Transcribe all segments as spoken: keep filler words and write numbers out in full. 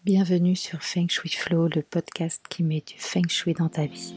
Bienvenue sur Feng Shui Flow, le podcast qui met du Feng Shui dans ta vie.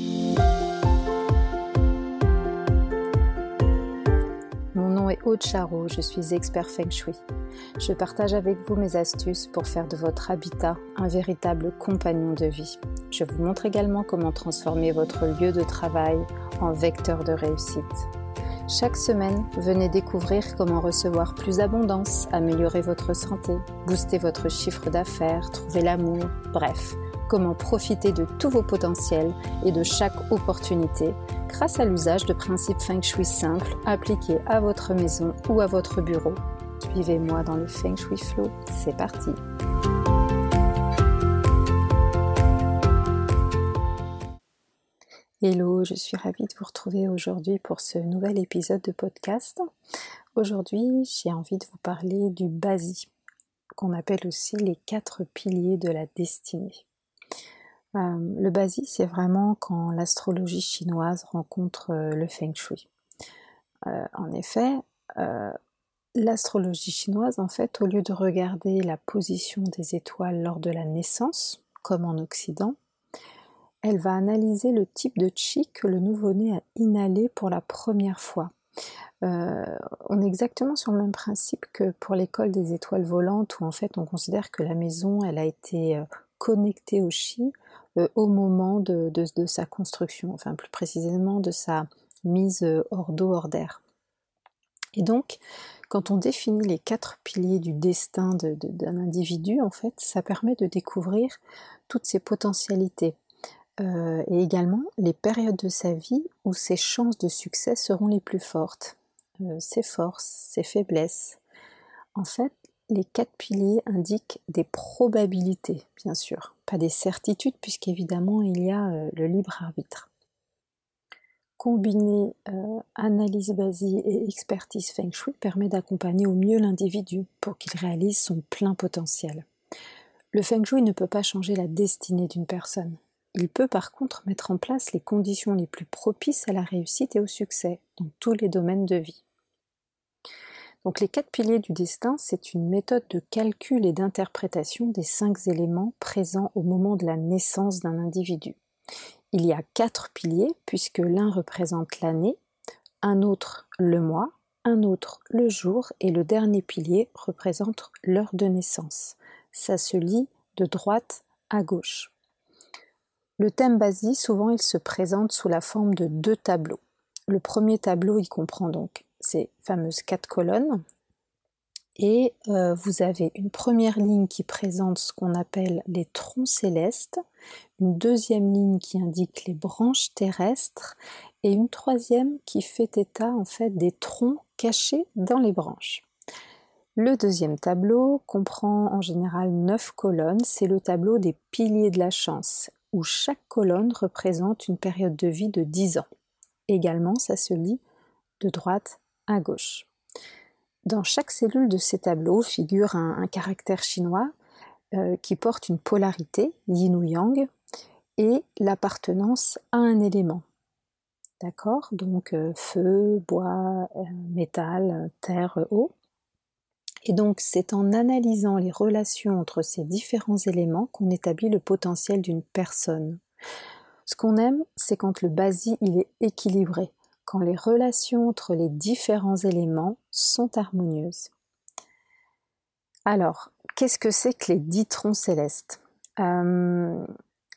Mon nom est Aude Charot, je suis expert Feng Shui. Je partage avec vous mes astuces pour faire de votre habitat un véritable compagnon de vie. Je vous montre également comment transformer votre lieu de travail en vecteur de réussite. Chaque semaine, venez découvrir comment recevoir plus d'abondance, améliorer votre santé, booster votre chiffre d'affaires, trouver l'amour, bref, comment profiter de tous vos potentiels et de chaque opportunité grâce à l'usage de principes Feng Shui simples appliqués à votre maison ou à votre bureau. Suivez-moi dans le Feng Shui Flow, c'est parti! Hello, je suis ravie de vous retrouver aujourd'hui pour ce nouvel épisode de podcast. Aujourd'hui, j'ai envie de vous parler du Bazi, qu'on appelle aussi les quatre piliers de la destinée. Euh, le Bazi, c'est vraiment quand l'astrologie chinoise rencontre euh, le Feng Shui. Euh, en effet, euh, l'astrologie chinoise, en fait, au lieu de regarder la position des étoiles lors de la naissance, comme en Occident, elle va analyser le type de qi que le nouveau-né a inhalé pour la première fois. Euh, on est exactement sur le même principe que pour l'école des étoiles volantes, où en fait on considère que la maison elle a été connectée au qi euh, au moment de, de, de sa construction, enfin plus précisément de sa mise hors d'eau, hors d'air. Et donc, quand on définit les quatre piliers du destin de, de, d'un individu, en fait, ça permet de découvrir toutes ses potentialités. Euh, et également les périodes de sa vie où ses chances de succès seront les plus fortes, euh, ses forces, ses faiblesses. En fait, les quatre piliers indiquent des probabilités, bien sûr, pas des certitudes, puisqu'évidemment il y a euh, le libre arbitre. Combiner euh, analyse Bazi et expertise Feng Shui permet d'accompagner au mieux l'individu pour qu'il réalise son plein potentiel. Le Feng Shui ne peut pas changer la destinée d'une personne. Il peut par contre mettre en place les conditions les plus propices à la réussite et au succès dans tous les domaines de vie. Donc les quatre piliers du destin, c'est une méthode de calcul et d'interprétation des cinq éléments présents au moment de la naissance d'un individu. Il y a quatre piliers puisque l'un représente l'année, un autre le mois, un autre le jour et le dernier pilier représente l'heure de naissance. Ça se lit de droite à gauche. Le thème Bazi, souvent, il se présente sous la forme de deux tableaux. Le premier tableau, il comprend donc ces fameuses quatre colonnes. Et euh, vous avez une première ligne qui présente ce qu'on appelle les troncs célestes, une deuxième ligne qui indique les branches terrestres, et une troisième qui fait état en fait des troncs cachés dans les branches. Le deuxième tableau comprend en général neuf colonnes, c'est le tableau des piliers de la chance, où chaque colonne représente une période de vie de dix ans. Également, ça se lit de droite à gauche. Dans chaque cellule de ces tableaux figure un, un caractère chinois euh, qui porte une polarité, yin ou yang, et l'appartenance à un élément. D'accord ? Donc euh, feu, bois, euh, métal, terre, eau. Et donc, c'est en analysant les relations entre ces différents éléments qu'on établit le potentiel d'une personne. Ce qu'on aime, c'est quand le Bazi il est équilibré, quand les relations entre les différents éléments sont harmonieuses. Alors, qu'est-ce que c'est que les dix troncs célestes ? euh,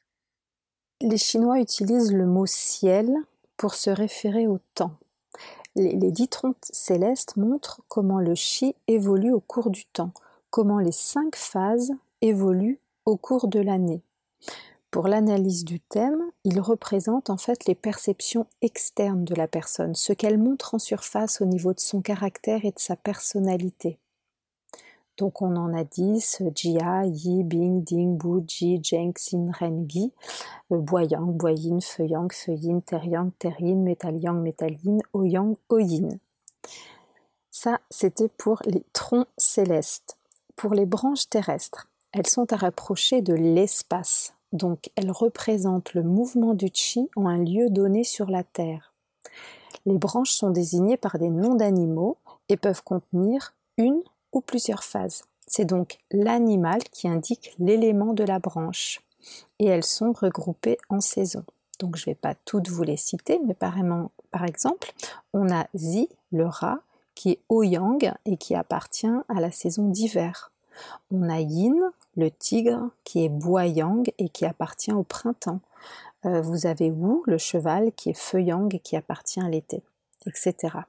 Les Chinois utilisent le mot ciel pour se référer au temps. Les, les dix troncs célestes montrent comment le qi évolue au cours du temps, comment les cinq phases évoluent au cours de l'année. Pour l'analyse du thème, il représente en fait les perceptions externes de la personne, ce qu'elle montre en surface au niveau de son caractère et de sa personnalité. Donc on en a dix, Jia, Yi, Bing, Ding, Bu, Ji, Zheng, Xin, Ren, Gi, Boyang, Boyin, Feuyang, Feuyin, Teryang, Teryin, Metalyang, Metaline, Ouyang, Oyin. Ça, c'était pour les troncs célestes. Pour les branches terrestres, elles sont à rapprocher de l'espace. Donc, elles représentent le mouvement du qi en un lieu donné sur la Terre. Les branches sont désignées par des noms d'animaux et peuvent contenir une ou plusieurs phases. C'est donc l'animal qui indique l'élément de la branche. Et elles sont regroupées en saisons. Donc je ne vais pas toutes vous les citer, mais par, par exemple, on a Zi, le rat, qui est Ouyang et qui appartient à la saison d'hiver. On a Yin, le tigre, qui est Boyang et qui appartient au printemps. Euh, vous avez Wu, le cheval, qui est Feuyang et qui appartient à l'été, et cetera.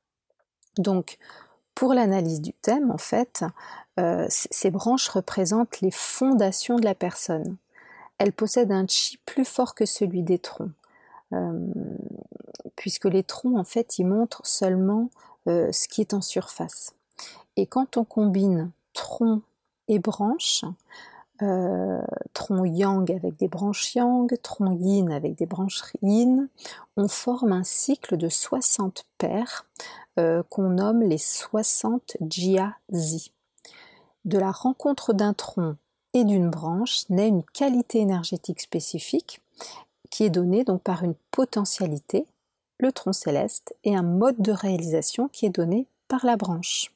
Donc, pour l'analyse du thème, en fait, euh, ces branches représentent les fondations de la personne. Elles possèdent un chi plus fort que celui des troncs, euh, puisque les troncs, en fait, ils montrent seulement euh, ce qui est en surface. Et quand on combine tronc et branches, euh, tronc yang avec des branches yang, tronc yin avec des branches yin, on forme un cycle de soixante paires euh, qu'on nomme les soixante jia-zi. De la rencontre d'un tronc et d'une branche naît une qualité énergétique spécifique qui est donnée donc par une potentialité, le tronc céleste, et un mode de réalisation qui est donné par la branche.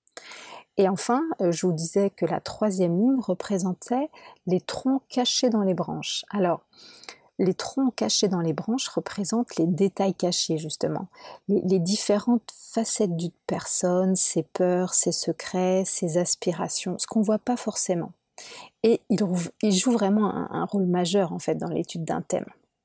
Et enfin, je vous disais que la troisième ligne représentait les troncs cachés dans les branches. Alors, les troncs cachés dans les branches représentent les détails cachés, justement. Les, les différentes facettes d'une personne, ses peurs, ses secrets, ses aspirations, ce qu'on ne voit pas forcément. Et il, il joue vraiment un, un rôle majeur, en fait, dans l'étude d'un thème.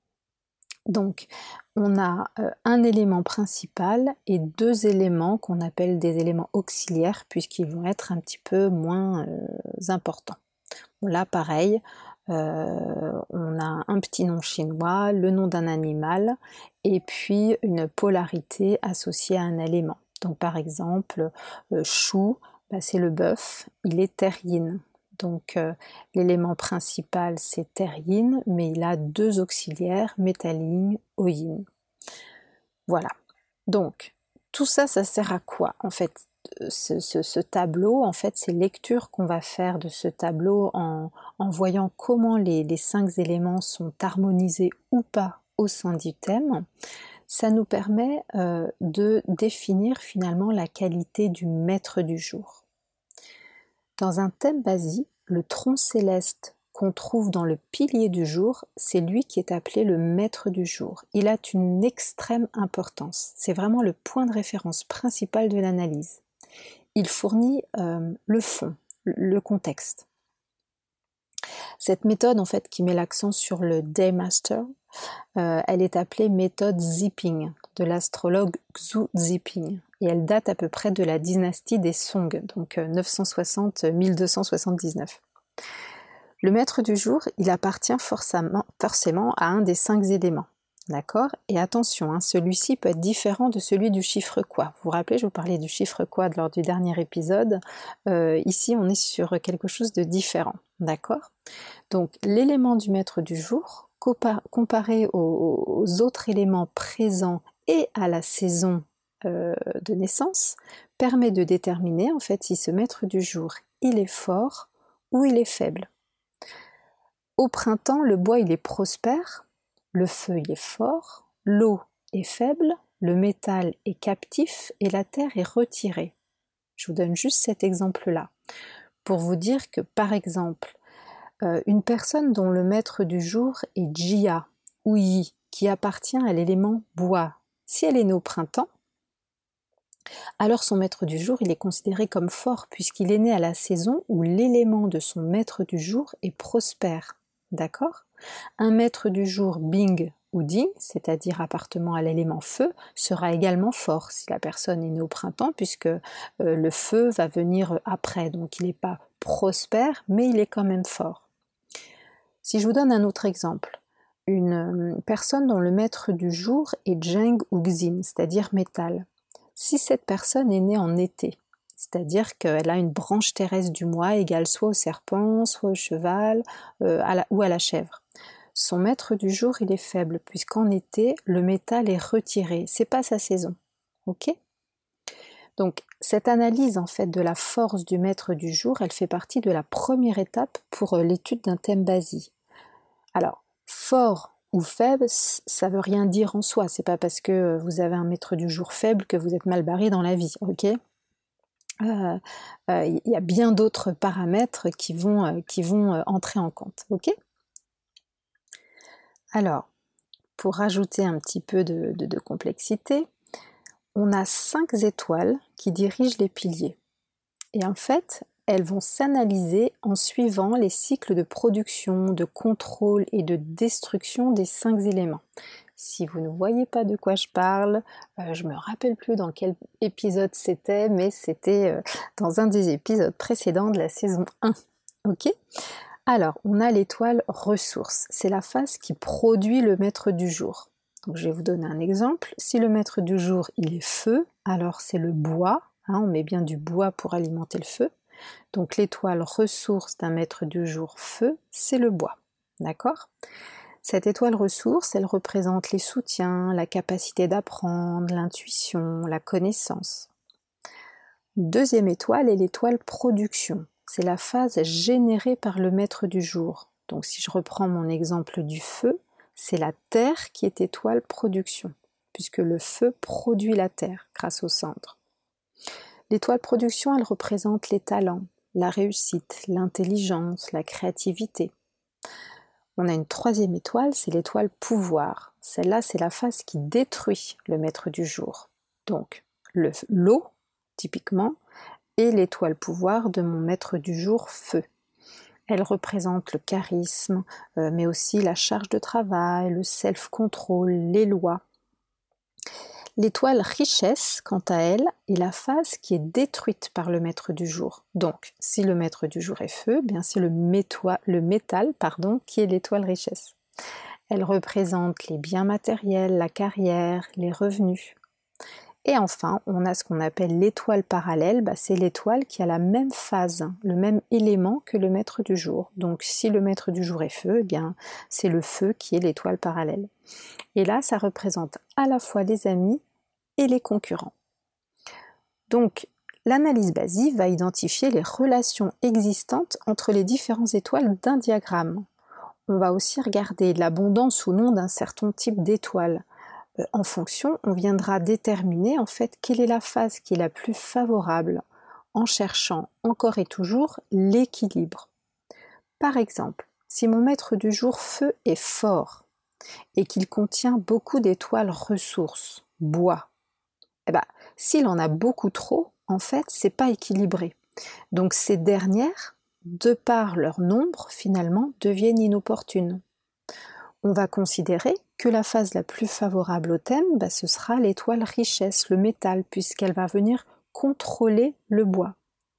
Donc, on a euh, un élément principal et deux éléments qu'on appelle des éléments auxiliaires, puisqu'ils vont être un petit peu moins euh, importants. Bon, là, pareil, euh, on a un petit nom chinois, le nom d'un animal, et puis une polarité associée à un élément. Donc, par exemple, euh, Chou, bah, c'est le bœuf, il est terre-yin. Donc euh, l'élément principal c'est terre-yin, mais il a deux auxiliaires, métal-yin, o-yin. Voilà. Donc tout ça, ça sert à quoi en fait ce, ce, ce tableau, en fait, ces lectures qu'on va faire de ce tableau en, en voyant comment les, les cinq éléments sont harmonisés ou pas au sein du thème, ça nous permet euh, de définir finalement la qualité du maître du jour. Dans un thème basique, le tronc céleste qu'on trouve dans le pilier du jour, c'est lui qui est appelé le maître du jour. Il a une extrême importance. C'est vraiment le point de référence principal de l'analyse. Il fournit euh, le fond, le contexte. Cette méthode, en fait, qui met l'accent sur le Daymaster, euh, elle est appelée méthode Zipping, de l'astrologue Xu Ziping. Et elle date à peu près de la dynastie des Song, donc neuf cent soixante à mille deux cent soixante-dix-neuf. Le maître du jour, il appartient forcément, forcément à un des cinq éléments. D'accord ? Et attention, hein, celui-ci peut être différent de celui du chiffre quoi. Vous vous rappelez, je vous parlais du chiffre quoi lors du dernier épisode. Euh, ici, on est sur quelque chose de différent. D'accord ? Donc, l'élément du maître du jour, comparé aux, aux autres éléments présents et à la saison euh, de naissance, permet de déterminer en fait si ce maître du jour, il est fort ou il est faible. Au printemps, le bois il est prospère, le feu il est fort, l'eau est faible, le métal est captif et la terre est retirée. Je vous donne juste cet exemple-là pour vous dire que, par exemple, euh, une personne dont le maître du jour est Jia ou Yi, qui appartient à l'élément bois, si elle est née au printemps, alors son maître du jour il est considéré comme fort puisqu'il est né à la saison où l'élément de son maître du jour est prospère. D'accord ? Un maître du jour Bing ou Ding, c'est-à-dire appartenant à l'élément feu, sera également fort si la personne est née au printemps, puisque euh, le feu va venir après, donc il n'est pas prospère, mais il est quand même fort. Si je vous donne un autre exemple, une personne dont le maître du jour est Zheng ou Xin, c'est-à-dire métal. Si cette personne est née en été, c'est-à-dire qu'elle a une branche terrestre du mois égale soit au serpent, soit au cheval euh, à la, ou à la chèvre. Son maître du jour, il est faible, puisqu'en été, le métal est retiré. C'est pas sa saison. Ok ? Donc, cette analyse, en fait, de la force du maître du jour, elle fait partie de la première étape pour l'étude d'un thème basique. Alors, fort ou faible, ça veut rien dire en soi. C'est pas parce que vous avez un maître du jour faible que vous êtes mal barré dans la vie, ok ? euh, euh, il y a bien d'autres paramètres qui vont, euh, qui vont euh, entrer en compte. Ok? Alors, pour rajouter un petit peu de, de, de complexité, on a cinq étoiles qui dirigent les piliers. Et en fait, elles vont s'analyser en suivant les cycles de production, de contrôle et de destruction des cinq éléments. Si vous ne voyez pas de quoi je parle, euh, je me rappelle plus dans quel épisode c'était, mais c'était euh, dans un des épisodes précédents de la saison un. Ok ? Alors, on a l'étoile ressource. C'est la phase qui produit le maître du jour. Donc, je vais vous donner un exemple. Si le maître du jour, il est feu, alors c'est le bois. Hein, on met bien du bois pour alimenter le feu. Donc, l'étoile ressource d'un maître du jour feu, c'est le bois. D'accord ? Cette étoile ressource, elle représente les soutiens, la capacité d'apprendre, l'intuition, la connaissance. Deuxième étoile est l'étoile production. C'est la phase générée par le maître du jour. Donc si je reprends mon exemple du feu, c'est la terre qui est étoile production, puisque le feu produit la terre grâce au cendre. L'étoile production, elle représente les talents, la réussite, l'intelligence, la créativité. On a une troisième étoile, c'est l'étoile pouvoir. Celle-là, c'est la phase qui détruit le maître du jour. Donc, le, l'eau, typiquement, et l'étoile pouvoir de mon maître du jour, feu. Elle représente le charisme, euh, mais aussi la charge de travail, le self-control, les lois. L'étoile richesse, quant à elle, est la phase qui est détruite par le maître du jour. Donc, si le maître du jour est feu, eh bien c'est le, métoi, le métal pardon, qui est l'étoile richesse. Elle représente les biens matériels, la carrière, les revenus. Et enfin, on a ce qu'on appelle l'étoile parallèle, bah, c'est l'étoile qui a la même phase, le même élément que le maître du jour. Donc si le maître du jour est feu, eh bien c'est le feu qui est l'étoile parallèle. Et là, ça représente à la fois les amis et les concurrents. Donc l'analyse basique va identifier les relations existantes entre les différentes étoiles d'un diagramme. On va aussi regarder l'abondance ou non d'un certain type d'étoile. En fonction, on viendra déterminer en fait quelle est la phase qui est la plus favorable en cherchant encore et toujours l'équilibre. Par exemple, si mon maître du jour feu est fort et qu'il contient beaucoup d'étoiles ressources, bois, eh ben, s'il en a beaucoup trop, en fait, c'est pas équilibré. Donc ces dernières, de par leur nombre, finalement, deviennent inopportunes. On va considérer que la phase la plus favorable au thème, bah, ce sera l'étoile richesse, le métal, puisqu'elle va venir contrôler le bois. Voyez ?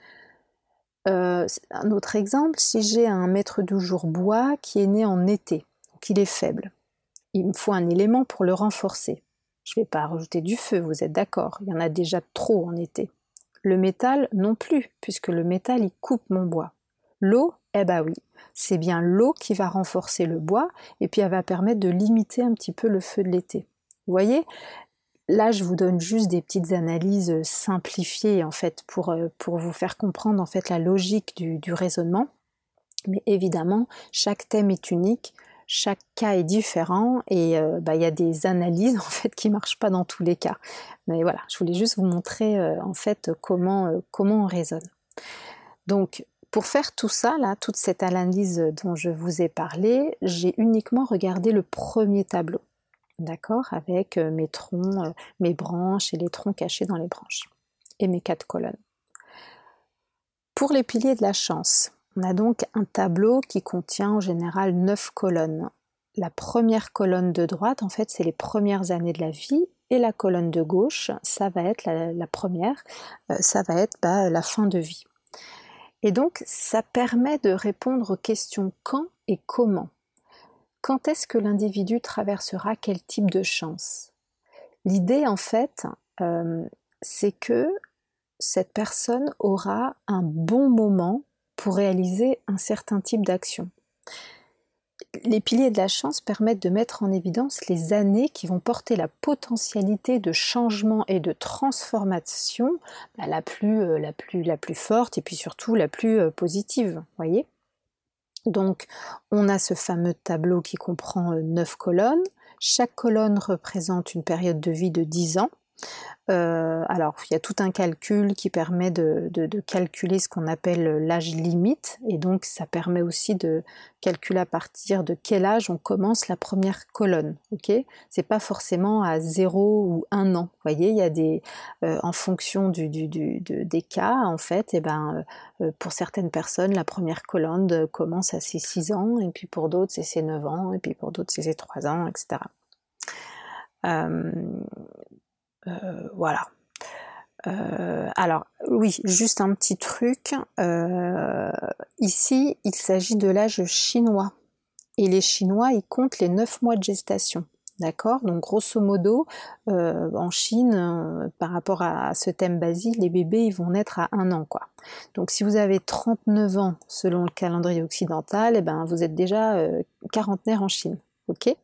euh, Un autre exemple, si j'ai un maître du jour bois qui est né en été, donc il est faible, il me faut un élément pour le renforcer. Je ne vais pas rajouter du feu, vous êtes d'accord, il y en a déjà trop en été. Le métal non plus, puisque le métal il coupe mon bois. L'eau, eh ben oui, c'est bien l'eau qui va renforcer le bois et puis elle va permettre de limiter un petit peu le feu de l'été. Vous voyez, là je vous donne juste des petites analyses simplifiées en fait pour, pour vous faire comprendre en fait la logique du, du raisonnement. Mais évidemment, chaque thème est unique, chaque cas est différent et euh, bah, y a des analyses en fait qui marchent pas dans tous les cas. Mais voilà, je voulais juste vous montrer euh, en fait comment, euh, comment on raisonne. Donc, pour faire tout ça, là, toute cette analyse dont je vous ai parlé, j'ai uniquement regardé le premier tableau, d'accord, avec mes troncs, mes branches et les troncs cachés dans les branches, et mes quatre colonnes. Pour les piliers de la chance, on a donc un tableau qui contient en général neuf colonnes. La première colonne de droite, en fait, c'est les premières années de la vie, et la colonne de gauche, ça va être la, la première, euh, ça va être bah, la fin de vie. Et donc, ça permet de répondre aux questions quand et comment. Quand est-ce que l'individu traversera quel type de chance ? L'idée, en fait, euh, c'est que cette personne aura un bon moment pour réaliser un certain type d'action. Les piliers de la chance permettent de mettre en évidence les années qui vont porter la potentialité de changement et de transformation bah, la, plus, euh, la, plus, la plus forte et puis surtout la plus euh, positive. Voyez ? Donc on a ce fameux tableau qui comprend euh, neuf colonnes. Chaque colonne représente une période de vie de dix ans. Euh, alors, il y a tout un calcul qui permet de, de, de calculer ce qu'on appelle l'âge limite, et donc ça permet aussi de calculer à partir de quel âge on commence la première colonne. Ok, c'est pas forcément à zéro ou un an. Vous voyez, il y a des, euh, en fonction du, du, du, de, des cas, en fait, et ben, euh, pour certaines personnes, la première colonne commence à ses six ans, et puis pour d'autres, c'est ses neuf ans, et puis pour d'autres, c'est ses trois ans, et cetera. Euh, Euh, voilà. Euh, alors, oui, juste un petit truc. Euh, ici, il s'agit de l'âge chinois. Et les Chinois, ils comptent les neuf mois de gestation. D'accord? Donc, grosso modo, euh, en Chine, euh, par rapport à, à ce thème basique, les bébés, ils vont naître à un an, quoi. Donc, si vous avez trente-neuf ans selon le calendrier occidental, eh ben, vous êtes déjà euh, quarantenaire en Chine. Ok?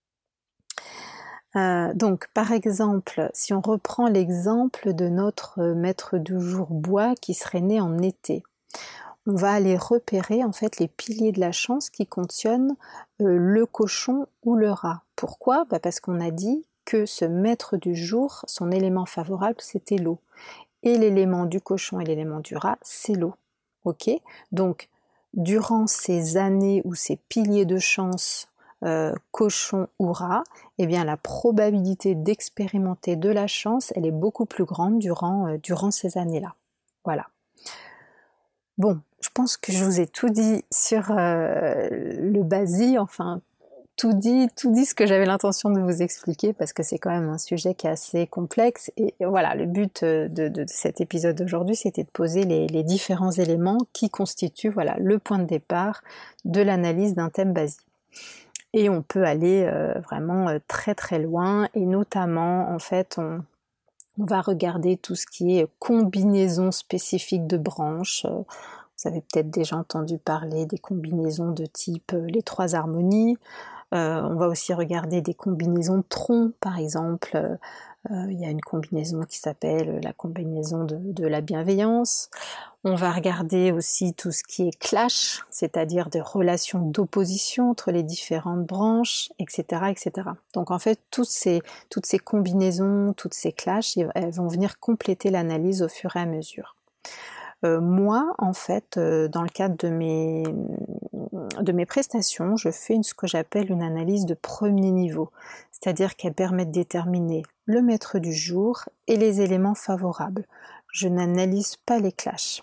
Euh, donc, par exemple, si on reprend l'exemple de notre maître du jour bois qui serait né en été, on va aller repérer en fait les piliers de la chance qui contiennent euh, le cochon ou le rat. Pourquoi? Bah parce qu'on a dit que ce maître du jour, son élément favorable, c'était l'eau. Et l'élément du cochon et l'élément du rat, c'est l'eau. Ok? Donc, durant ces années ou ces piliers de chance, Euh, cochon ou rat, eh bien la probabilité d'expérimenter de la chance, elle est beaucoup plus grande durant, euh, durant ces années-là. Voilà. Bon, je pense que je vous ai tout dit sur euh, le basi, enfin tout dit, tout dit ce que j'avais l'intention de vous expliquer parce que c'est quand même un sujet qui est assez complexe et voilà, le but de, de, de cet épisode d'aujourd'hui, c'était de poser les, les différents éléments qui constituent voilà, le point de départ de l'analyse d'un thème basi. Et on peut aller euh, vraiment euh, très très loin, et notamment, en fait, on, on va regarder tout ce qui est combinaison spécifique de branches. Euh, vous avez peut-être déjà entendu parler des combinaisons de type euh, les trois harmonies. Euh, on va aussi regarder des combinaisons de troncs, par exemple. Euh, euh, il y a une combinaison qui s'appelle la combinaison de, de la bienveillance. On va regarder aussi tout ce qui est clash, c'est-à-dire des relations d'opposition entre les différentes branches, et cetera, et cetera. Donc en fait, toutes ces, toutes ces combinaisons, toutes ces clashs, elles vont venir compléter l'analyse au fur et à mesure. Euh, moi, en fait, euh, dans le cadre de mes, de mes prestations, je fais une, ce que j'appelle une analyse de premier niveau, c'est-à-dire qu'elle permet de déterminer le maître du jour et les éléments favorables. Je n'analyse pas les clashs.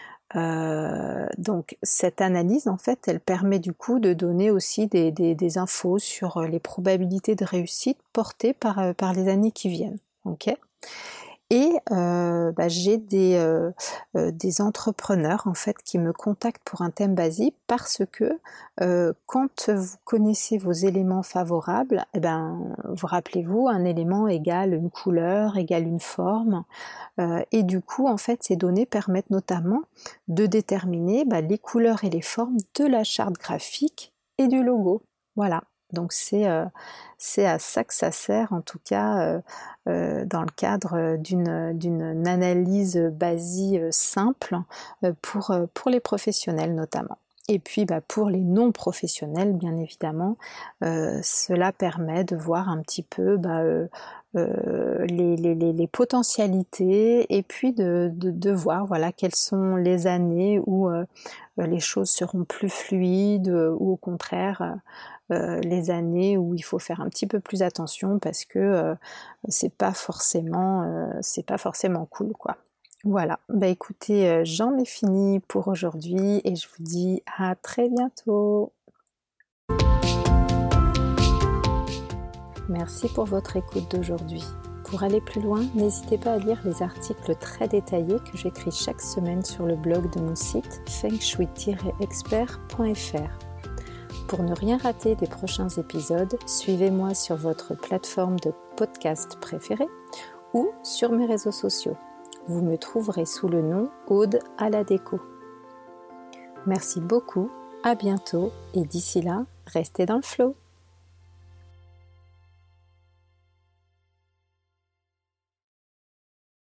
Euh, donc cette analyse, en fait, elle permet du coup de donner aussi des, des, des infos sur les probabilités de réussite portées par, par les années qui viennent. Okay ? Et euh, bah, j'ai des, euh, euh, des entrepreneurs en fait qui me contactent pour un thème basique parce que euh, quand vous connaissez vos éléments favorables, eh ben, vous rappelez-vous, un élément égale une couleur, égale une forme, euh, et du coup en fait ces données permettent notamment de déterminer bah, les couleurs et les formes de la charte graphique et du logo. Voilà. Donc c'est, euh, c'est à ça que ça sert en tout cas euh, euh, dans le cadre d'une, d'une analyse basique euh, simple euh, pour, euh, pour les professionnels notamment. Et puis bah, pour les non-professionnels bien évidemment, euh, cela permet de voir un petit peu bah, euh, euh, les, les, les, les potentialités et puis de, de, de voir voilà, quelles sont les années où euh, les choses seront plus fluides ou au contraire euh, les années où il faut faire un petit peu plus attention parce que euh, c'est pas forcément euh, c'est pas forcément cool quoi. Voilà, bah écoutez, euh, j'en ai fini pour aujourd'hui et je vous dis à très bientôt. Merci pour votre écoute d'aujourd'hui. Pour aller plus loin, n'hésitez pas à lire les articles très détaillés que j'écris chaque semaine sur le blog de mon site feng shui tiret expert point f r. Pour ne rien rater des prochains épisodes, suivez-moi sur votre plateforme de podcast préférée ou sur mes réseaux sociaux. Vous me trouverez sous le nom Aude à la déco. Merci beaucoup, à bientôt et d'ici là, restez dans le flow.